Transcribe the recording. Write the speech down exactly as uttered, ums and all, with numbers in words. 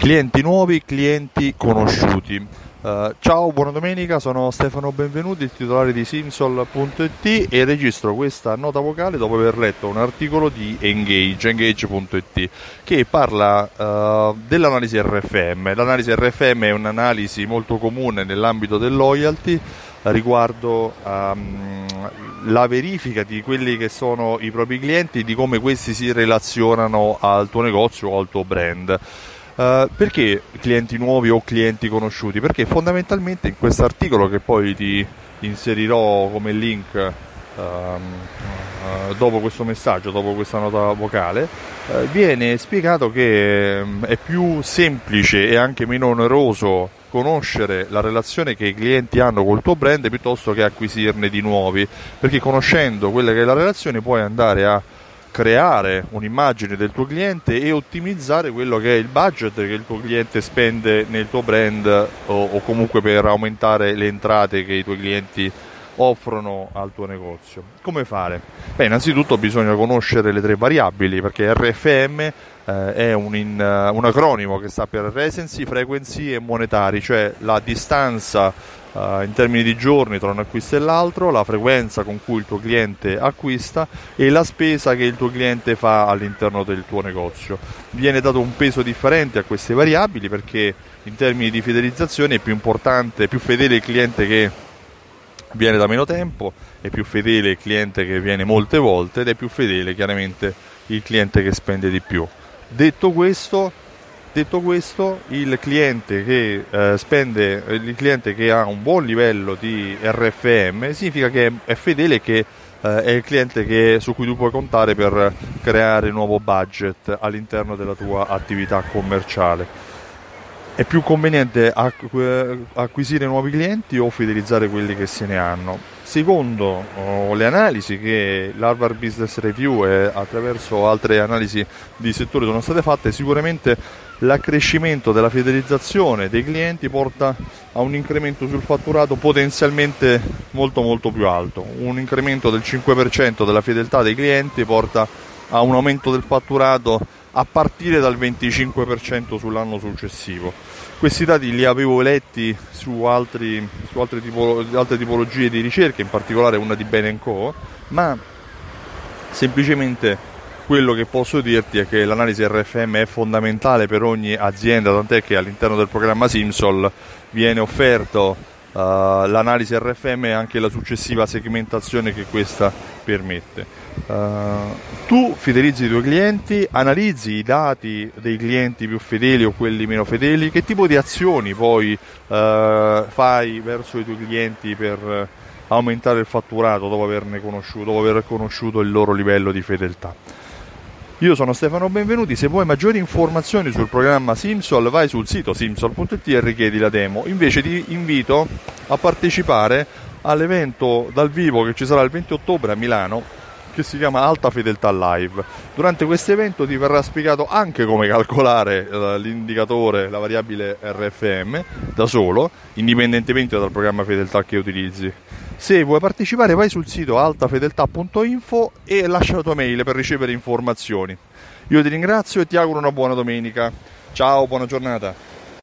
Clienti nuovi, clienti conosciuti. Uh, ciao, buona domenica, sono Stefano Benvenuti, il titolare di Simsol punto it e registro questa nota vocale dopo aver letto un articolo di Engage, engage punto it, che parla uh, dell'analisi R F M. L'analisi R F M è un'analisi molto comune nell'ambito del loyalty riguardo um, la verifica di quelli che sono i propri clienti e di come questi si relazionano al tuo negozio o al tuo brand. Uh, perché clienti nuovi o clienti conosciuti? Perché fondamentalmente in questo articolo, che poi ti inserirò come link uh, uh, dopo questo messaggio, dopo questa nota vocale, uh, viene spiegato che um, è più semplice e anche meno oneroso conoscere la relazione che i clienti hanno col tuo brand piuttosto che acquisirne di nuovi, perché conoscendo quella che è la relazione puoi andare a creare un'immagine del tuo cliente e ottimizzare quello che è il budget che il tuo cliente spende nel tuo brand o, o comunque per aumentare le entrate che i tuoi clienti offrono al tuo negozio. Come fare? Beh, innanzitutto bisogna conoscere le tre variabili, perché R F M eh, è un, in, uh, un acronimo che sta per recency, frequency e monetari, cioè la distanza Uh, in termini di giorni tra un acquisto e l'altro, la frequenza con cui il tuo cliente acquista e la spesa che il tuo cliente fa all'interno del tuo negozio. Viene dato un peso differente a queste variabili perché in termini di fidelizzazione è più importante, più fedele il cliente che viene da meno tempo, è più fedele il cliente che viene molte volte ed è più fedele chiaramente il cliente che spende di più. Detto questo, Detto questo, il cliente che eh, spende, il cliente che ha un buon livello di R F M significa che è fedele, che eh, è il cliente che, su cui tu puoi contare per creare nuovo budget all'interno della tua attività commerciale. È più conveniente acqu- acquisire nuovi clienti o fidelizzare quelli che se ne hanno? Secondo oh, le analisi che l'Harvard Business Review e attraverso altre analisi di settore sono state fatte, sicuramente l'accrescimento della fidelizzazione dei clienti porta a un incremento sul fatturato potenzialmente molto molto più alto. Un incremento del cinque per cento della fedeltà dei clienti porta a un aumento del fatturato a partire dal venticinque per cento sull'anno successivo. Questi dati li avevo letti su, altri, su altre, tipo, altre tipologie di ricerche, in particolare una di Bain and Co, ma semplicemente quello che posso dirti è che l'analisi R F M è fondamentale per ogni azienda, tant'è che all'interno del programma Simsol viene offerto uh, l'analisi R F M e anche la successiva segmentazione che questa permette. Uh, tu fidelizzi i tuoi clienti, analizzi i dati dei clienti più fedeli o quelli meno fedeli, che tipo di azioni poi uh, fai verso i tuoi clienti per aumentare il fatturato dopo averne conosciuto, dopo aver conosciuto il loro livello di fedeltà. Io sono Stefano Benvenuti, se vuoi maggiori informazioni sul programma Simsol vai sul sito simsol punto it e richiedi la demo. Invece ti invito a partecipare all'evento dal vivo che ci sarà il venti ottobre a Milano, che si chiama Alta Fedeltà Live. Durante questo evento ti verrà spiegato anche come calcolare uh, l'indicatore, la variabile R F M da solo, indipendentemente dal programma fedeltà che utilizzi. Se vuoi partecipare vai sul sito alta fedeltà punto info e lascia la tua mail per ricevere informazioni. Io ti ringrazio e ti auguro una buona domenica. Ciao, buona giornata.